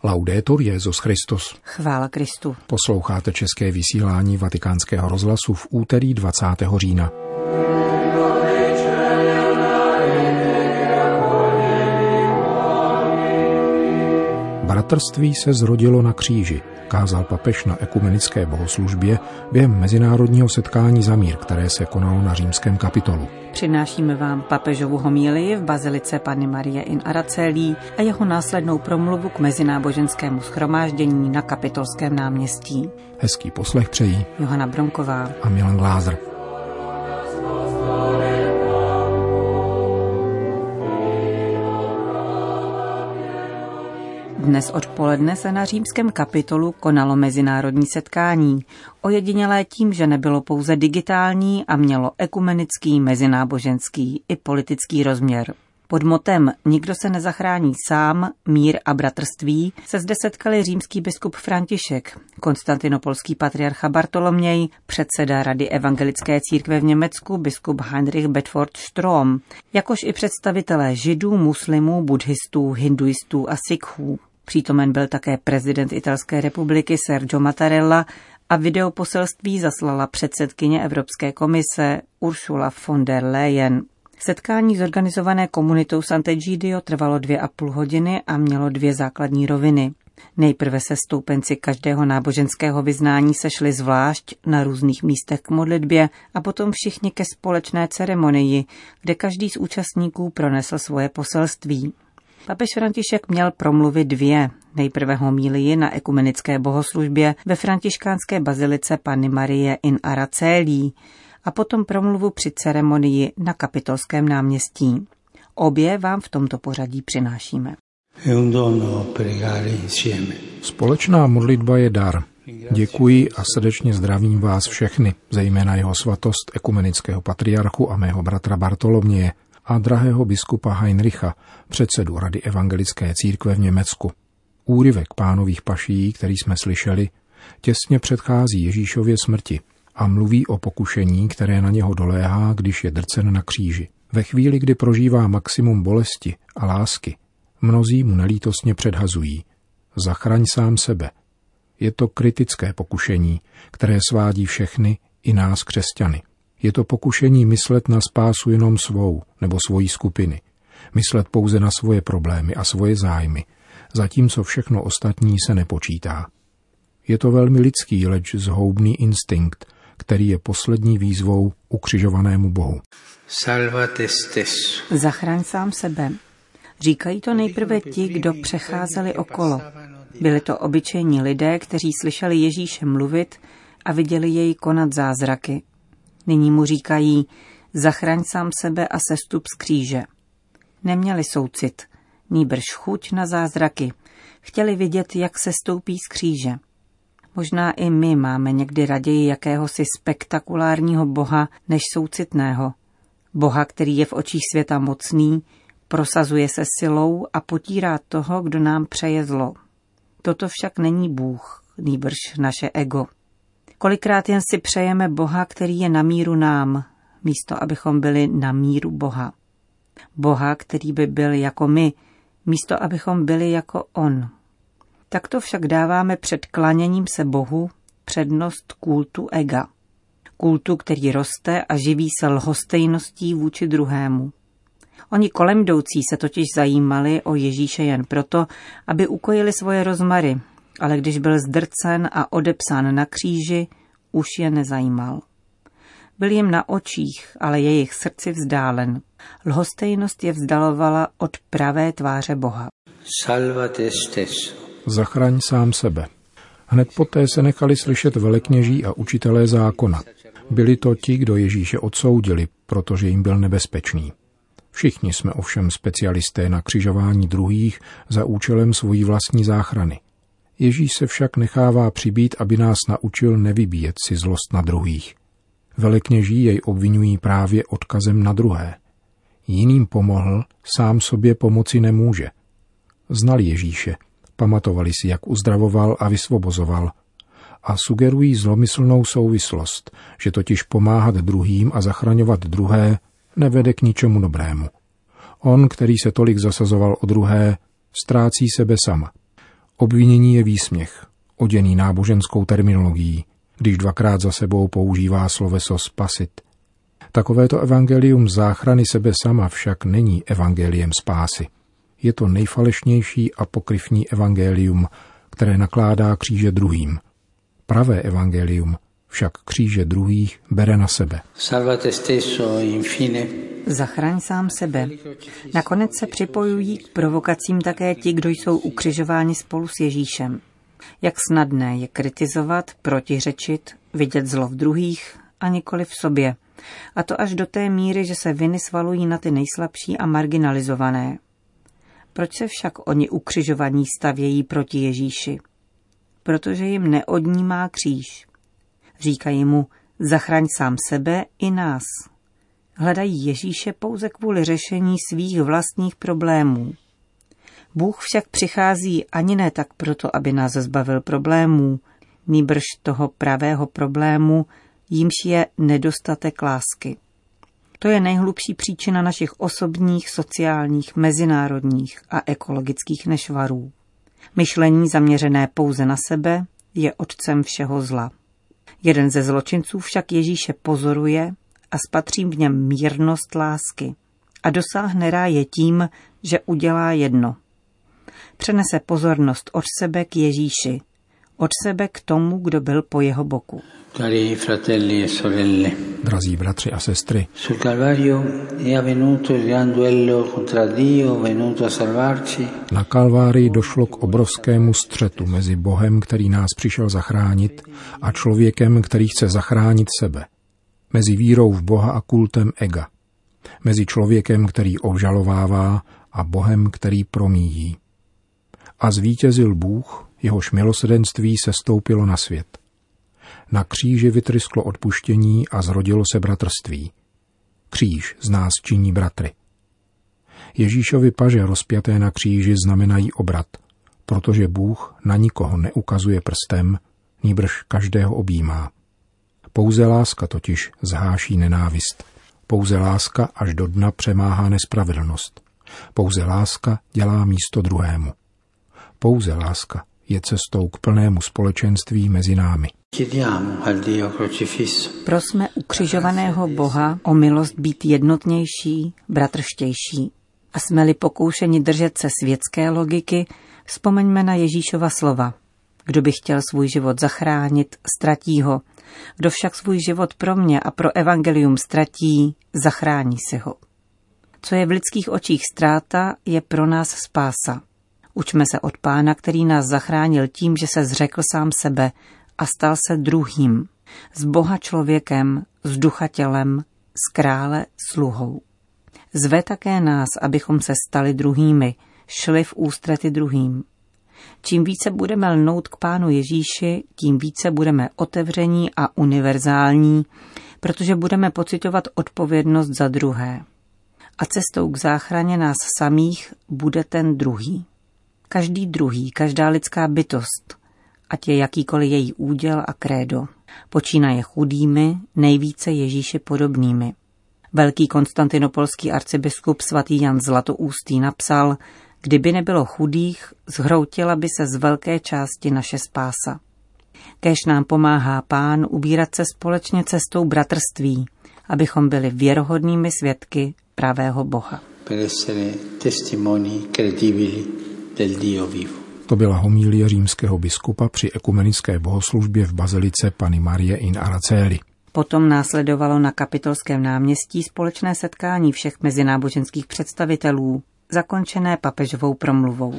Laudetur Jesus Christus. Chvála Kristu. Posloucháte české vysílání Vatikánského rozhlasu v úterý 20. října. Bratrství se zrodilo na kříži, kázal papež na ekumenické bohoslužbě během mezinárodního setkání za mír, které se konalo na římském Kapitolu. Přinášíme vám papežovu homílii v bazilice Panny Marie in Aracelii a jeho následnou promluvu k mezináboženskému shromáždění na Kapitolském náměstí. Hezký poslech přejí Johana Bronková a Milan Glázer. Dnes odpoledne se na římském Kapitolu konalo mezinárodní setkání, ojedinělé tím, že nebylo pouze digitální a mělo ekumenický, mezináboženský i politický rozměr. Pod motem Nikdo se nezachrání sám, mír a bratrství se zde setkali římský biskup František, konstantinopolský patriarcha Bartoloměj, předseda Rady evangelické církve v Německu biskup Heinrich Bedford Strom, jakož i představitelé židů, muslimů, buddhistů, hinduistů a sikhů. Přítomen byl také prezident Italské republiky Sergio Mattarella a videoposelství zaslala předsedkyně Evropské komise Ursula von der Leyen. Setkání zorganizované komunitou Sant'Egidio trvalo 2,5 hodiny a mělo 2 základní roviny. Nejprve se stoupenci každého náboženského vyznání sešli zvlášť na různých místech k modlitbě a potom všichni ke společné ceremonii, kde každý z účastníků pronesl svoje poselství. Papež František měl promluvy 2. Nejprve homílii na ekumenické bohoslužbě ve františkánské bazilice Panny Marie in Aracelii a potom promluvu při ceremonii na Kapitolském náměstí. Obě vám v tomto pořadí přinášíme. Společná modlitba je dar. Děkuji a srdečně zdravím vás všechny, zejména jeho svatost ekumenického patriarchu a mého bratra Bartoloměje a drahého biskupa Heinricha, předsedu Rady evangelické církve v Německu. Úryvek Pánových paší, který jsme slyšeli, těsně předchází Ježíšově smrti a mluví o pokušení, které na něho doléhá, když je drcen na kříži. Ve chvíli, kdy prožívá maximum bolesti a lásky, mnozí mu nelítostně předhazují: zachraň sám sebe. Je to kritické pokušení, které svádí všechny, i nás křesťany. Je to pokušení myslet na spásu jenom svou nebo svojí skupiny, myslet pouze na svoje problémy a svoje zájmy, zatímco všechno ostatní se nepočítá. Je to velmi lidský, leč zhoubný instinkt, který je poslední výzvou ukřižovanému Bohu. Zachraň sám sebe. Říkají to nejprve ti, kdo přecházeli okolo. Byli to obyčejní lidé, kteří slyšeli Ježíše mluvit a viděli jej konat zázraky. Nyní mu říkají: zachraň sám sebe a sestup z kříže. Neměli soucit, nýbrž chuť na zázraky. Chtěli vidět, jak se stoupí z kříže. Možná i my máme někdy raději jakéhosi spektakulárního boha než soucitného. Boha, který je v očích světa mocný, prosazuje se silou a potírá toho, kdo nám přeje zlo. Toto však není Bůh, nýbrž naše ego. Kolikrát jen si přejeme Boha, který je na míru nám, místo abychom byli na míru Boha. Boha, který by byl jako my, místo abychom byli jako on. Takto však dáváme před klaněním se Bohu přednost kultu ega. Kultu, který roste a živí se lhostejností vůči druhému. Oni kolem jdoucí se totiž zajímali o Ježíše jen proto, aby ukojili svoje rozmary, ale když byl zdrcen a odepsán na kříži, už je nezajímal. Byl jim na očích, ale jejich srdci vzdálen. Lhostejnost je vzdalovala od pravé tváře Boha. Zachraň sám sebe. Hned poté se nechali slyšet velekněží a učitelé zákona. Byli to ti, kdo Ježíše odsoudili, protože jim byl nebezpečný. Všichni jsme ovšem specialisté na křižování druhých za účelem svojí vlastní záchrany. Ježíš se však nechává přibít, aby nás naučil nevybíjet si zlost na druhých. Velekněží jej obvinují právě odkazem na druhé. Jiným pomohl, sám sobě pomoci nemůže. Znali Ježíše, pamatovali si, jak uzdravoval a vysvobozoval. A sugerují zlomyslnou souvislost, že totiž pomáhat druhým a zachraňovat druhé nevede k ničemu dobrému. On, který se tolik zasazoval o druhé, ztrácí sebe sama. Obvinění je výsměch, oděný náboženskou terminologií, když dvakrát za sebou používá sloveso spasit. Takovéto evangelium záchrany sebe sama však není evangeliem spásy. Je to nejfalešnější apokryfní evangelium, které nakládá kříže druhým. Pravé evangelium však kříže druhých bere na sebe. Zachraň sám sebe. Nakonec se připojují k provokacím také ti, kdo jsou ukřižováni spolu s Ježíšem. Jak snadné je kritizovat, protiřečit, vidět zlo v druhých a nikoli v sobě. A to až do té míry, že se viny svalují na ty nejslabší a marginalizované. Proč se však oni ukřižovaní stavějí proti Ježíši? Protože jim neodnímá kříž. Říkají mu, zachraň sám sebe i nás. Hledají Ježíše pouze kvůli řešení svých vlastních problémů. Bůh však přichází ani ne tak proto, aby nás zbavil problémů, nýbrž toho pravého problému, jímž je nedostatek lásky. To je nejhlubší příčina našich osobních, sociálních, mezinárodních a ekologických nešvarů. Myšlení zaměřené pouze na sebe je otcem všeho zla. Jeden ze zločinců však Ježíše pozoruje a spatří v něm mírnost lásky a dosáhne ráje tím, že udělá jedno. Přenese pozornost od sebe k Ježíši, od sebe k tomu, kdo byl po jeho boku. Cari fratelli e sorelle. Drazí bratři a sestry, Sul Calvario è avvenuto il gran duello contra Dio venuto a salvarci. Na Kalvárii došlo k obrovskému střetu mezi Bohem, který nás přišel zachránit, a člověkem, který chce zachránit sebe. Mezi vírou v Boha a kultem ega. Mezi člověkem, který obžalovává, a Bohem, který promíjí. A zvítězil Bůh, jehož milosrdenství se stoupilo na svět. Na kříži vytrysklo odpuštění a zrodilo se bratrství. Kříž z nás činí bratry. Ježíšovi paže rozpjaté na kříži znamenají obrat, protože Bůh na nikoho neukazuje prstem, nýbrž každého objímá. Pouze láska totiž zháší nenávist. Pouze láska až do dna přemáhá nespravedlnost. Pouze láska dělá místo druhému. Pouze láska je cestou k plnému společenství mezi námi. Prosme ukřižovaného Boha o milost být jednotnější, bratrštější. A jsme-li pokoušeni držet se světské logiky, vzpomeňme na Ježíšova slova. Kdo by chtěl svůj život zachránit, ztratí ho. Kdo však svůj život pro mě a pro evangelium ztratí, zachrání si ho. Co je v lidských očích ztráta, je pro nás spása. Učme se od Pána, který nás zachránil tím, že se zřekl sám sebe a stal se druhým. Z Boha člověkem, z ducha tělem, z krále sluhou. Zve také nás, abychom se stali druhými, šli v ústrety druhým. Čím více budeme lnout k Pánu Ježíši, tím více budeme otevření a univerzální, protože budeme pociťovat odpovědnost za druhé. A cestou k záchraně nás samých bude ten druhý. Každý druhý, každá lidská bytost, ať je jakýkoliv její úděl a krédo, počínaje chudými, nejvíce Ježíši podobnými. Velký konstantinopolský arcibiskup svatý Jan Zlatoústý napsal: kdyby nebylo chudých, zhroutila by se z velké části naše spása. Kéž nám pomáhá Pán ubírat se společně cestou bratrství, abychom byli věrohodnými svědky pravého Boha. To byla homilie římského biskupa při ekumenické bohoslužbě v bazilice Panny Marie in Araceli. Potom následovalo na Kapitolském náměstí společné setkání všech mezináboženských představitelů, zakončené papežovou promluvou.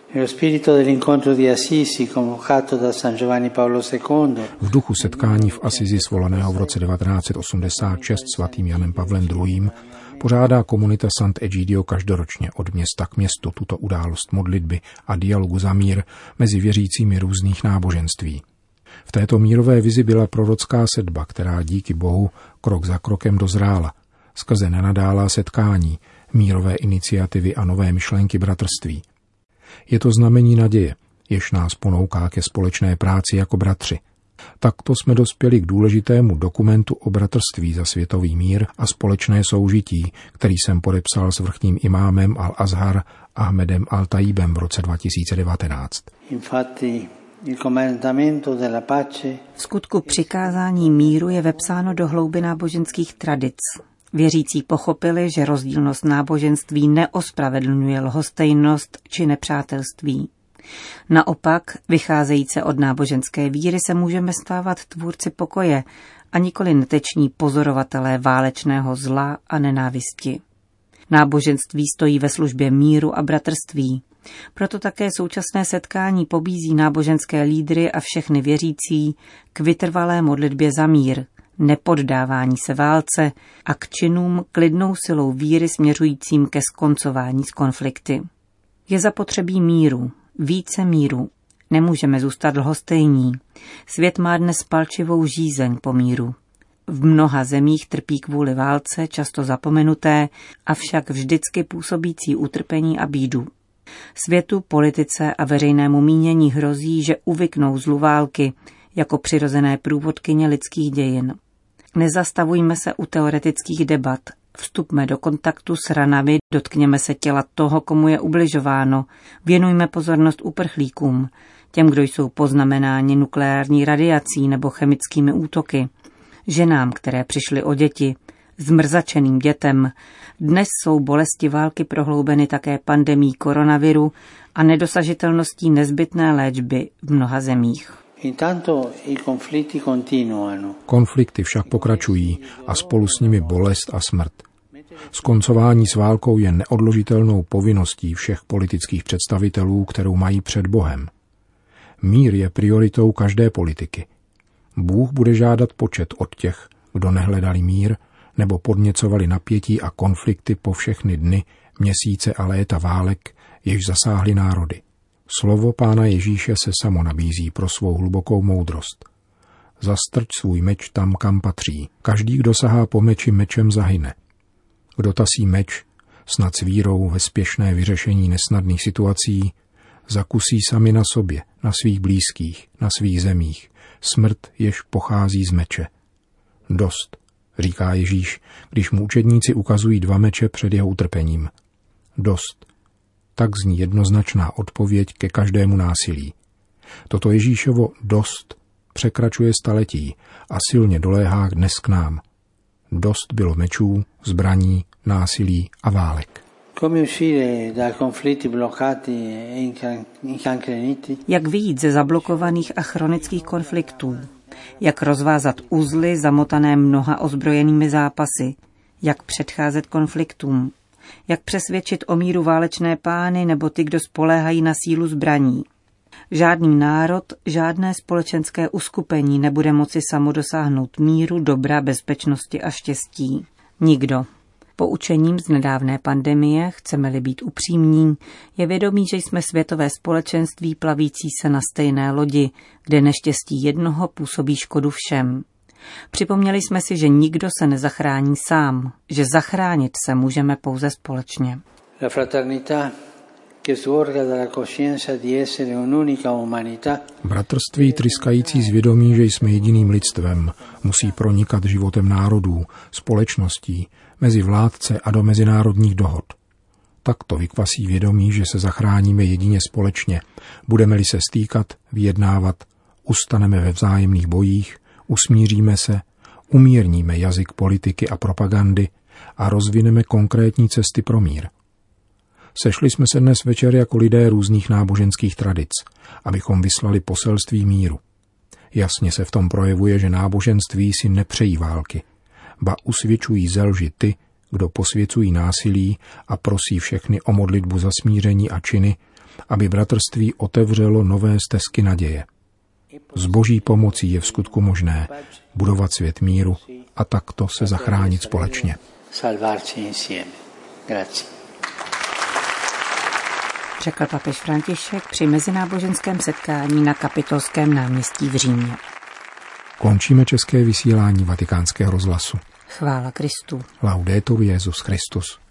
V duchu setkání v Asizi svolaného v roce 1986 svatým Janem Pavlem II. Pořádá komunita Sant'Egidio každoročně od města k městu tuto událost modlitby a dialogu za mír mezi věřícími různých náboženství. V této mírové vizi byla prorocká sedba, která díky Bohu krok za krokem dozrála, skrze nenadálá setkání, mírové iniciativy a nové myšlenky bratrství. Je to znamení naděje, jež nás ponouká ke společné práci jako bratři, Takto jsme dospěli k důležitému dokumentu o bratrství za světový mír a společné soužití, který jsem podepsal s vrchním imámem Al-Azhar Ahmedem Al-Taibem v roce 2019. V skutku přikázání míru je vepsáno do hlouby náboženských tradic. Věřící pochopili, že rozdílnost náboženství neospravedlňuje lhostejnost či nepřátelství. Naopak, vycházejíce od náboženské víry se můžeme stávat tvůrci pokoje a nikoli neteční pozorovatelé válečného zla a nenávisti. Náboženství stojí ve službě míru a bratrství. Proto také současné setkání pobízí náboženské lídry a všechny věřící k vytrvalé modlitbě za mír, nepoddávání se válce a k činům klidnou silou víry směřujícím ke skoncování s konflikty. Je zapotřebí míru, více míru. Nemůžeme zůstat lhostejní. Svět má dnes palčivou žízeň po míru. V mnoha zemích trpí kvůli válce, často zapomenuté, avšak vždycky působící utrpení a bídu. Světu, politice a veřejnému mínění hrozí, že uvyknou zlu války jako přirozené průvodkyně lidských dějin. Nezastavujme se u teoretických debat, vstupme do kontaktu s ranami, dotkněme se těla toho, komu je ubližováno, věnujme pozornost uprchlíkům, těm, kdo jsou poznamenáni nukleární radiací nebo chemickými útoky, ženám, které přišly o děti, zmrzačeným dětem. Dnes jsou bolesti války prohloubeny také pandemií koronaviru a nedosažitelností nezbytné léčby v mnoha zemích. Konflikty však pokračují a spolu s nimi bolest a smrt. Skoncování s válkou je neodložitelnou povinností všech politických představitelů, kterou mají před Bohem. Mír je prioritou každé politiky. Bůh bude žádat počet od těch, kdo nehledali mír, nebo podněcovali napětí a konflikty po všechny dny, měsíce a léta válek, jež zasáhly národy. Slovo Pána Ježíše se samo nabízí pro svou hlubokou moudrost. Zastrč svůj meč tam, kam patří. Každý, kdo sahá po meči, mečem zahyne. Kdo tasí meč, snad s vírou ve spěšné vyřešení nesnadných situací, zakusí sami na sobě, na svých blízkých, na svých zemích. Smrt, jež pochází z meče. Dost, říká Ježíš, když mu učedníci ukazují 2 meče před jeho utrpením. Dost. Tak zní jednoznačná odpověď ke každému násilí. Toto Ježíšovo dost překračuje staletí a silně doléhá dnes k nám. Dost bylo mečů, zbraní, násilí a válek. Jak vyjít ze zablokovaných a chronických konfliktů? Jak rozvázat uzly zamotané mnoha ozbrojenými zápasy? Jak předcházet konfliktům? Jak přesvědčit o míru válečné pány nebo ty, kdo spoléhají na sílu zbraní? Žádný národ, žádné společenské uskupení nebude moci samo dosáhnout míru, dobra, bezpečnosti a štěstí. Nikdo. Poučením z nedávné pandemie, chceme-li být upřímní, je vědomí, že jsme světové společenství plavící se na stejné lodi, kde neštěstí jednoho působí škodu všem. Připomněli jsme si, že nikdo se nezachrání sám, že zachránit se můžeme pouze společně. Bratrství tryskající z vědomí, že jsme jediným lidstvem, musí pronikat životem národů, společností, mezi vládce a do mezinárodních dohod. Takto vykvasí vědomí, že se zachráníme jedině společně, budeme-li se stýkat, vyjednávat, ustaneme ve vzájemných bojích, usmíříme se, umírníme jazyk politiky a propagandy a rozvineme konkrétní cesty pro mír. Sešli jsme se dnes večer jako lidé různých náboženských tradic, abychom vyslali poselství míru. Jasně se v tom projevuje, že náboženství si nepřejí války, ba usvědčují ze lži ty, kdo posvěcují násilí a prosí všechny o modlitbu za smíření a činy, aby bratrství otevřelo nové stezky naděje. S Boží pomocí je v skutku možné budovat svět míru a takto se zachránit společně. Řekl papež František při mezináboženském setkání na Kapitolském náměstí v Římě. Končíme české vysílání Vatikánského rozhlasu. Chvála Kristu. Laudetur Jesus Christus.